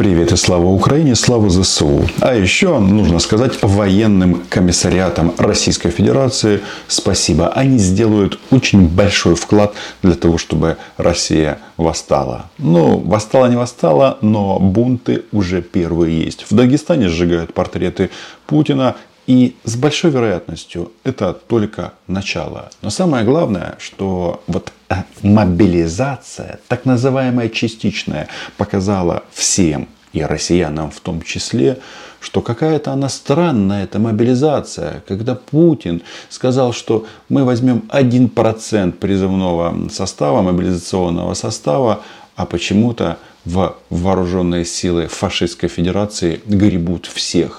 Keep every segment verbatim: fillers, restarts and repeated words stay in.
Привет и слава Украине, слава ЗСУ. А еще нужно сказать военным комиссариатам Российской Федерации спасибо. Они сделают очень большой вклад для того, чтобы Россия восстала. Ну, восстала не восстала, но бунты уже первые есть. В Дагестане сжигают портреты Путина. И с большой вероятностью это только начало. Но самое главное, что вот мобилизация, так называемая частичная, показала всем, и россиянам в том числе, что какая-то она странная, эта мобилизация. Когда Путин сказал, что мы возьмем один процент призывного состава, мобилизационного состава, а почему-то в вооруженные силы фашистской федерации гребут всех.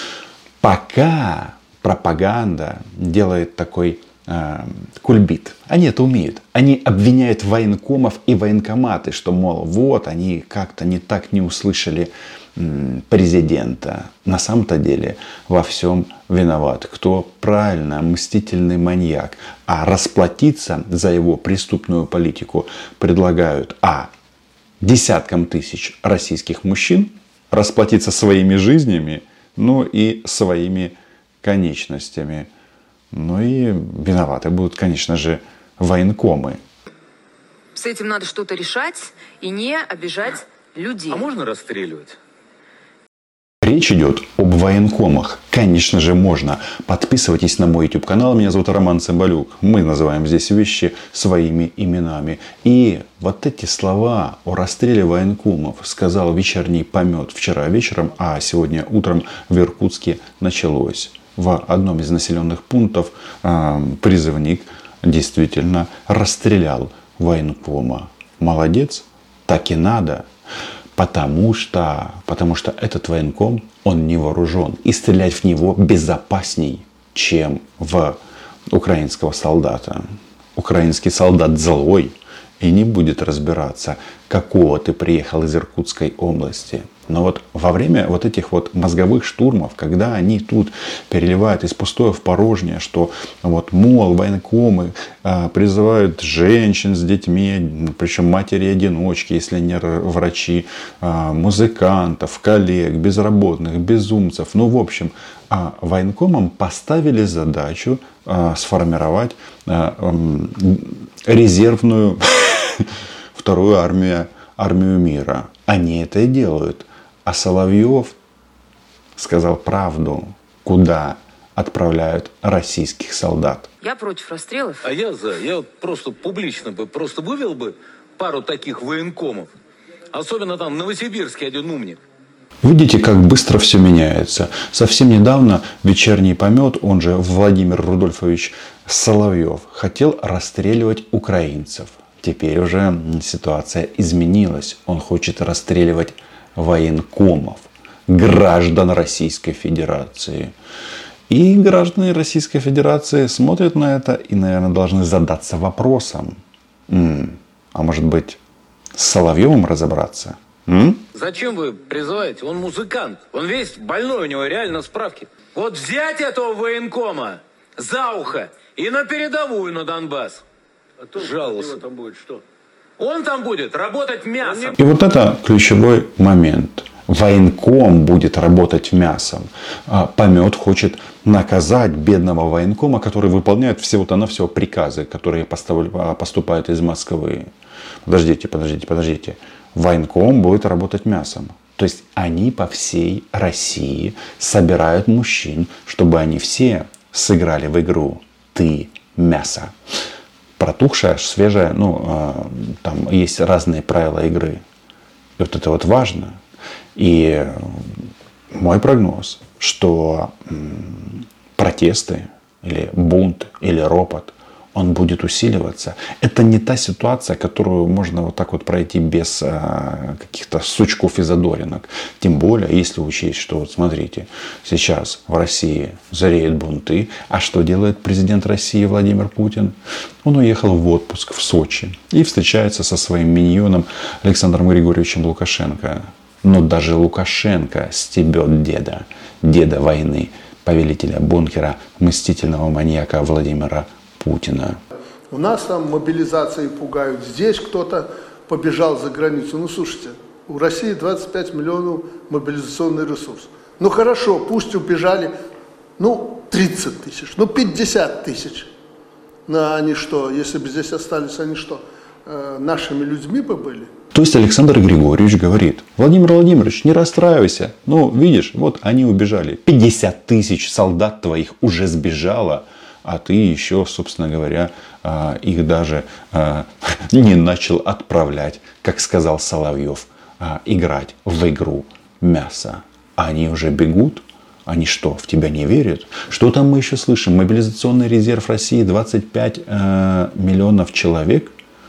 Пока пропаганда делает такой э, кульбит. Они это умеют. Они обвиняют военкомов и военкоматы, что, мол, вот они как-то не так не услышали м, президента. На самом-то деле во всем виноват. Кто правильно, мстительный маньяк. А расплатиться за его преступную политику предлагают а. десяткам тысяч российских мужчин, расплатиться своими жизнями, ну и своими конечностями. Ну и виноваты будут, конечно же, военкомы. С этим надо что-то решать и не обижать людей. А можно расстреливать? Речь идет об военкомах. Конечно же, можно. Подписывайтесь на мой YouTube канал. Меня зовут Роман Цымбалюк. Мы называем здесь вещи своими именами. И вот эти слова о расстреле военкомов сказал вечерний помет вчера вечером, а сегодня утром в Иркутске началось. В одном из населенных пунктов э, призывник действительно расстрелял военкома. Молодец, так и надо. Потому что, потому что этот военком, он не вооружен. И стрелять в него безопасней, чем в украинского солдата. Украинский солдат злой и не будет разбираться, какого ты приехал из Иркутской области. Но вот во время вот этих вот мозговых штурмов, когда они тут переливают из пустого в порожнее, что вот, мол, военкомы э, призывают женщин с детьми, причем матери-одиночки, если не врачи, э, музыкантов, коллег, безработных, безумцев. Ну, в общем, э, военкомам поставили задачу э, сформировать э, э, резервную вторую армию, армию мира. Они это и делают. А Соловьев сказал правду, куда отправляют российских солдат. Я против расстрелов. А я за. Я вот просто публично бы просто вывел бы пару таких военкомов. Особенно там в Новосибирске один умник. Видите, как быстро все меняется. Совсем недавно вечерний помет, он же Владимир Рудольфович Соловьев, хотел расстреливать украинцев. Теперь уже ситуация изменилась. Он хочет расстреливать военкомов, граждан Российской Федерации. И граждане Российской Федерации смотрят на это и, наверное, должны задаться вопросом. М-м, а может быть, с Соловьевым разобраться? М? Зачем вы призываете? Он музыкант. Он весь больной, у него реально справки. Вот взять этого военкома за ухо и на передовую на Донбасс. А то жаловался. Там будет что? Он там будет работать мясом. И вот это ключевой момент. Военком будет работать мясом. Помет хочет наказать бедного военкома, который выполняет всего-то навсего приказы, которые поступают из Москвы. Подождите, подождите, подождите. Военком будет работать мясом. То есть они по всей России собирают мужчин, чтобы они все сыграли в игру «ты мясо». Протухшая, свежая, ну, э, там есть разные правила игры. И вот это вот важно. И мой прогноз, что м, протесты или бунт или ропот, он будет усиливаться. Это не та ситуация, которую можно вот так вот пройти без а, каких-то сучков и задоринок. Тем более, если учесть, что вот смотрите, сейчас в России зреют бунты. А что делает президент России Владимир Путин? Он уехал в отпуск в Сочи и встречается со своим миньоном Александром Григорьевичем Лукашенко. Но даже Лукашенко стебет деда, деда войны, повелителя бункера, мстительного маньяка Владимира Путина. У нас там мобилизации пугают, здесь кто-то побежал за границу. Ну, слушайте, У России двадцать пять миллионов мобилизационный ресурс. Ну хорошо, пусть убежали, ну тридцать тысяч, ну пятьдесят тысяч. Но они что, если бы здесь остались, они что, э, нашими людьми бы были? То есть Александр Григорьевич говорит: Владимир Владимирович, не расстраивайся. Ну, видишь, вот они убежали. пятьдесят тысяч солдат твоих уже сбежало, а ты еще, собственно говоря, их даже не начал отправлять, как сказал Соловьев, играть в игру мясо. Они уже бегут? Они что, в тебя не верят? Что там мы еще слышим? Мобилизационный резерв России двадцать пять миллионов человек?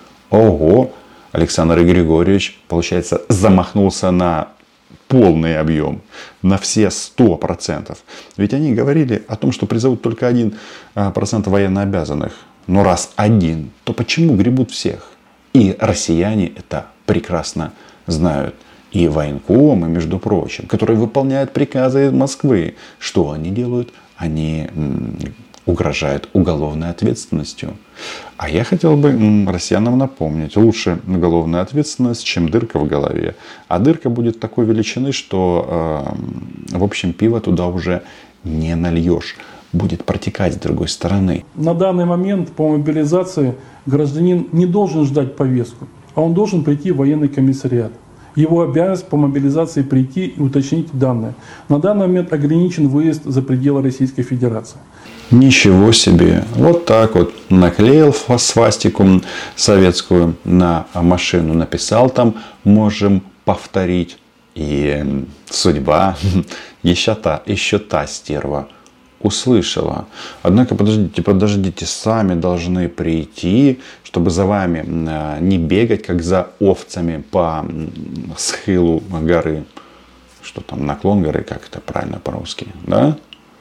Ого! Александр Григорьевич, получается, замахнулся на полный объем, на все сто процентов. Ведь они говорили о том, что призовут только один процент военнообязанных. Но раз один, то почему гребут всех? И россияне это прекрасно знают. И военкомы, между прочим, которые выполняют приказы из Москвы. Что они делают? Они угрожают уголовной ответственностью. А я хотел бы россиянам напомнить: лучше уголовная ответственность, чем дырка в голове. А дырка будет такой величины, что, э, в общем, пиво туда уже не нальешь. Будет протекать с другой стороны. На данный момент по мобилизации гражданин не должен ждать повестку, а он должен прийти в военный комиссариат. Его обязанность по мобилизации прийти и уточнить данные. На данный момент ограничен выезд за пределы Российской Федерации. Ничего себе. Вот так вот наклеил свастику советскую на машину, написал там «можем повторить». И судьба, еще та, еще та стерва услышала. Однако подождите, подождите, сами должны прийти, чтобы за вами не бегать, как за овцами по схилу горы. Что там, наклон горы, как это правильно по-русски, да?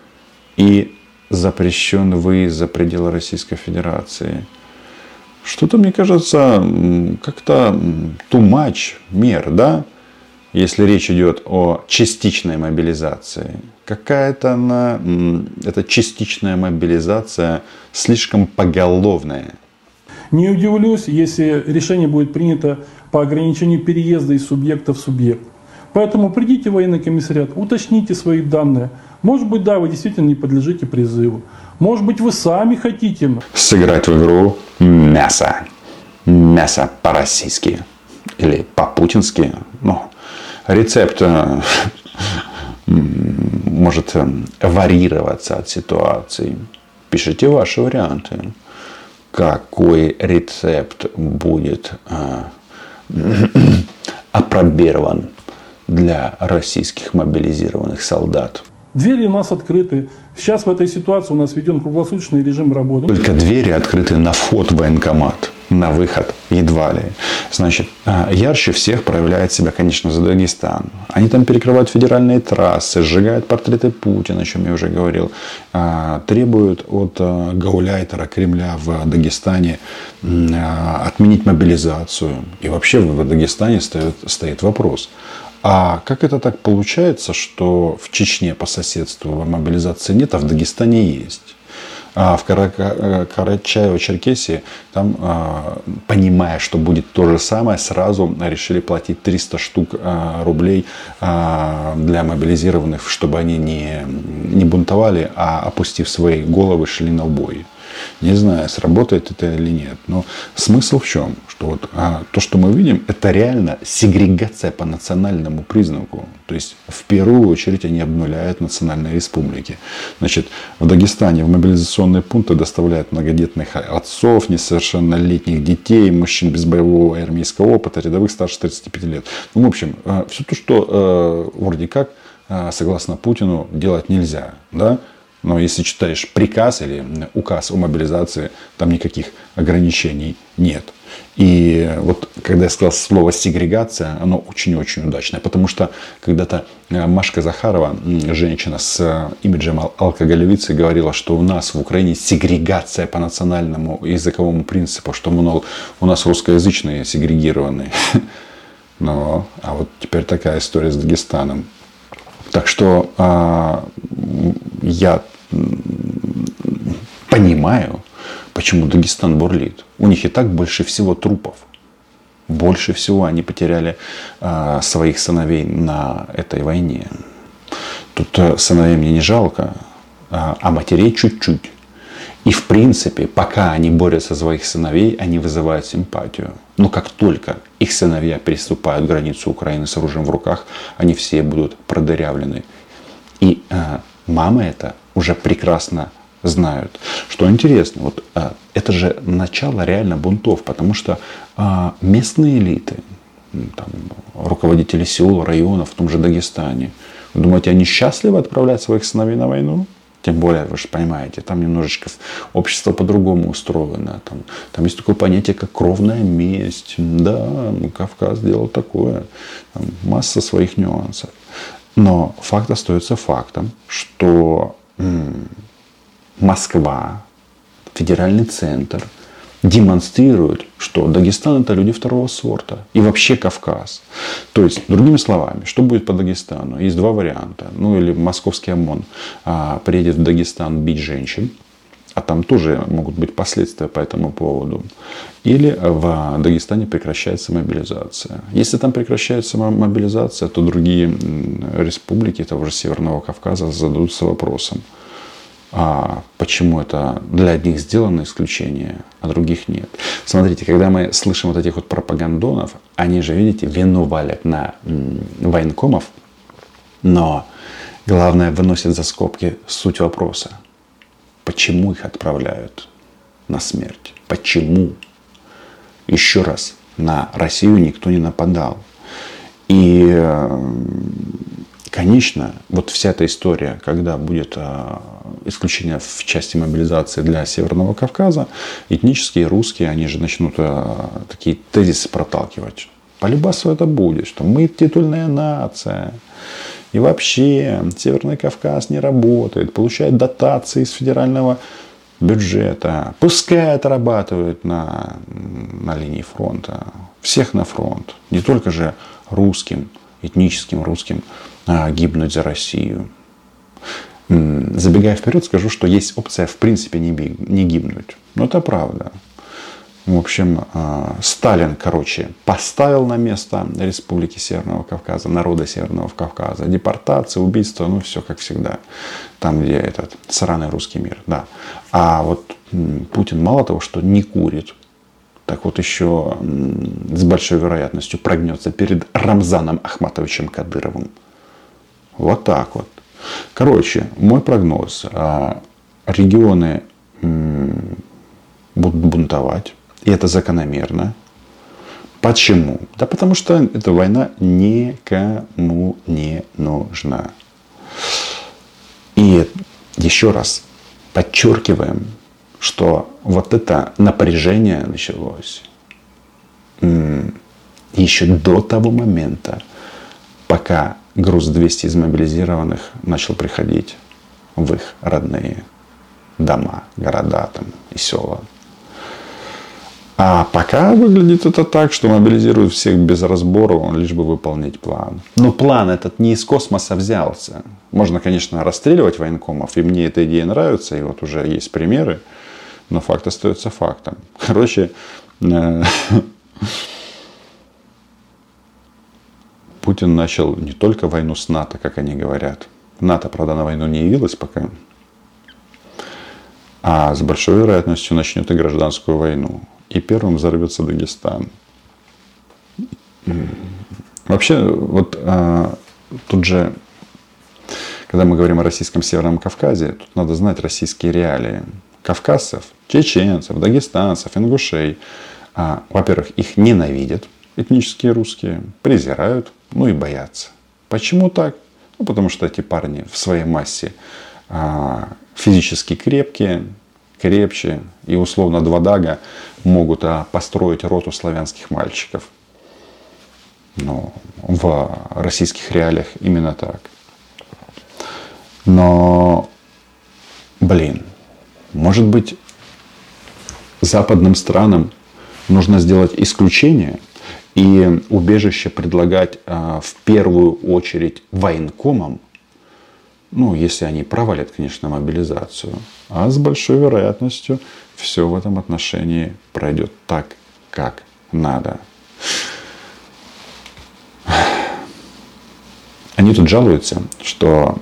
И запрещен выезд за пределы Российской Федерации. Что-то, мне кажется, как-то too much мер, да? Если речь идет о частичной мобилизации. Какая-то она, эта частичная мобилизация слишком поголовная. Не удивлюсь, если решение будет принято по ограничению переезда из субъекта в субъект. Поэтому придите в военный комиссариат, уточните свои данные. Может быть, да, вы действительно не подлежите призыву. Может быть, вы сами хотите сыграть в игру мясо. Мясо по-российски. Или по-путински. Ну, рецепт может варьироваться от ситуации. Пишите ваши варианты. Какой рецепт будет апробирован для российских мобилизированных солдат? Двери у нас открыты. Сейчас в этой ситуации у нас введен круглосуточный режим работы. Только двери открыты на вход в военкомат, на выход едва ли. Значит, ярче всех проявляет себя, конечно, за Дагестан. Они там перекрывают федеральные трассы, сжигают портреты Путина, о чем я уже говорил. Требуют от гауляйтера Кремля в Дагестане отменить мобилизацию. И вообще в Дагестане стоит, стоит вопрос. А как это так получается, что в Чечне по соседству мобилизации нет, а в Дагестане есть? А в Карачаево-Черкесии, там, понимая, что будет то же самое, сразу решили платить триста штук рублей для мобилизированных, чтобы они не, не бунтовали, а опустив свои головы, шли на бой. Не знаю, сработает это или нет. Но смысл в чем? Что вот, а, то, что мы видим, это реально сегрегация по национальному признаку. То есть, в первую очередь, они обнуляют национальные республики. Значит, в Дагестане в мобилизационные пункты доставляют многодетных отцов, несовершеннолетних детей, мужчин без боевого и армейского опыта, рядовых старше тридцати пяти лет. Ну, в общем, все то, что вроде как, согласно Путину, делать нельзя. Да? Но если читаешь приказ или указ о мобилизации, там никаких ограничений нет. И вот когда я сказал слово сегрегация, оно очень-очень удачное. Потому что когда-то Машка Захарова, женщина с имиджем алкоголевицы, говорила, что у нас в Украине сегрегация по национальному языковому принципу, что мол, у нас русскоязычные сегрегированные. Ну, а вот теперь такая история с Дагестаном. Так что а, я понимаю, почему Дагестан бурлит. У них и так больше всего трупов. Больше всего они потеряли э, своих сыновей на этой войне. Тут э, сыновей мне не жалко, э, а матерей чуть-чуть. И в принципе, пока они борются за своих сыновей, они вызывают симпатию. Но как только их сыновья переступают границу Украины с оружием в руках, они все будут продырявлены. И э, мамы это уже прекрасно знают. Что интересно, вот э, это же начало реально бунтов, потому что э, местные элиты, там, руководители сел, районов в том же Дагестане, вы думаете, они счастливы отправлять своих сыновей на войну? Тем более, вы же понимаете, там немножечко общество по-другому устроено. Там, там есть такое понятие, как кровная месть. Да, Кавказ делал такое. Там масса своих нюансов. Но факт остается фактом, что м- Москва, федеральный центр, демонстрирует, что Дагестан это люди второго сорта. И вообще Кавказ. То есть, другими словами, что будет по Дагестану? Есть два варианта. Ну или московский ОМОН а, приедет в Дагестан бить женщин. А там тоже могут быть последствия по этому поводу. Или в Дагестане прекращается мобилизация. Если там прекращается мобилизация, то другие республики того же Северного Кавказа зададутся вопросом. А почему это для одних сделано исключение, а других нет? Смотрите, когда мы слышим вот этих вот пропагандонов, они же, видите, вину валят на военкомов, но главное выносят за скобки суть вопроса. Почему их отправляют на смерть? Почему? Еще раз, на Россию никто не нападал. И, конечно, вот вся эта история, когда будет исключение в части мобилизации для Северного Кавказа, этнические русские, они же начнут такие тезисы проталкивать. По любасу это будет, что мы титульная нация. И вообще Северный Кавказ не работает, получает дотации из федерального бюджета. Пускай отрабатывают на, на линии фронта. Всех на фронт. Не только же русским, этническим русским а, гибнуть за Россию. Забегая вперед, скажу, что есть опция в принципе не, не гибнуть. Но это правда. В общем, Сталин, короче, поставил на место Республики Северного Кавказа, народа Северного Кавказа. Депортация, убийство, ну все как всегда. Там, где этот сраный русский мир. Да. А вот Путин мало того, что не курит, так вот еще с большой вероятностью прогнется перед Рамзаном Ахматовичем Кадыровым. Вот так вот. Короче, мой прогноз. Регионы будут бунтовать. И это закономерно. Почему? Да потому что эта война никому не нужна. И еще раз подчеркиваем, что вот это напряжение началось еще до того момента, пока груз двести из мобилизированных начал приходить в их родные дома, города там, и села. А пока выглядит это так, что мобилизируют всех без разбору, лишь бы выполнить план. Но план этот не из космоса взялся. Можно, конечно, расстреливать военкомов, и мне эта идея нравится, и вот уже есть примеры, но факт остается фактом. Короче, Путин начал не только войну с НАТО, как они говорят. НАТО, правда, на войну не явилось пока. А с большой вероятностью начнет и гражданскую войну. И первым взорвется Дагестан. Вообще, вот а, тут же, когда мы говорим о российском Северном Кавказе, тут надо знать российские реалии. Кавказцев, чеченцев, дагестанцев, ингушей. А, во-первых, их ненавидят этнические русские, презирают, ну и боятся. Почему так? Ну, потому что эти парни в своей массе а, физически крепкие, крепче, и условно два дага могут а, построить роту славянских мальчиков. Но в российских реалиях именно так. Но, блин, может быть, западным странам нужно сделать исключение и убежище предлагать а, в первую очередь военкомам. Ну, если они провалят, конечно, мобилизацию. А с большой вероятностью все в этом отношении пройдет так, как надо. Они тут жалуются, что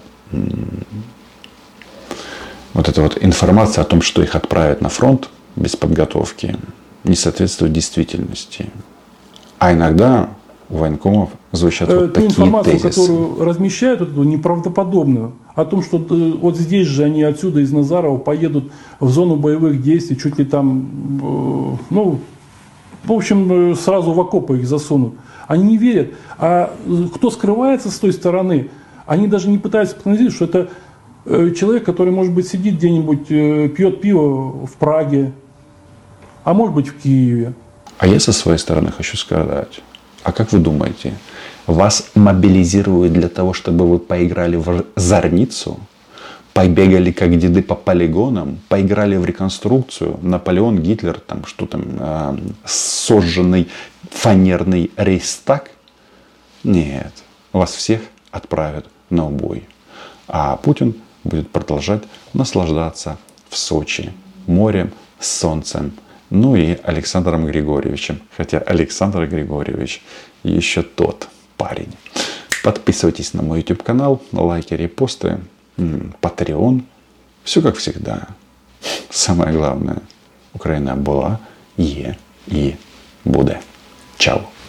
вот эта вот информация о том, что их отправят на фронт без подготовки, не соответствует действительности. А иногда у военкомов звучат вот Ту такие информацию, тезисы. которую размещают, эту неправдоподобную, о том, что вот здесь же они отсюда из Назарова поедут в зону боевых действий, чуть ли там, ну, в общем, сразу в окопы их засунут. Они не верят. А кто скрывается с той стороны, они даже не пытаются проанализировать, что это человек, который, может быть, сидит где-нибудь, пьет пиво в Праге, а может быть, в Киеве. А я со своей стороны хочу сказать, а как вы думаете, вас мобилизируют для того, чтобы вы поиграли в зорницу, побегали как деды по полигонам, поиграли в реконструкцию, Наполеон, Гитлер, там что там, э, сожженный фанерный рейхстаг? Нет, вас всех отправят на убой. А Путин будет продолжать наслаждаться в Сочи морем, солнцем, ну и Александром Григорьевичем. Хотя Александр Григорьевич еще тот парень. Подписывайтесь на мой YouTube канал, лайки, репосты, Patreon. Все как всегда. Самое главное, Украина была, є і буде. Чао.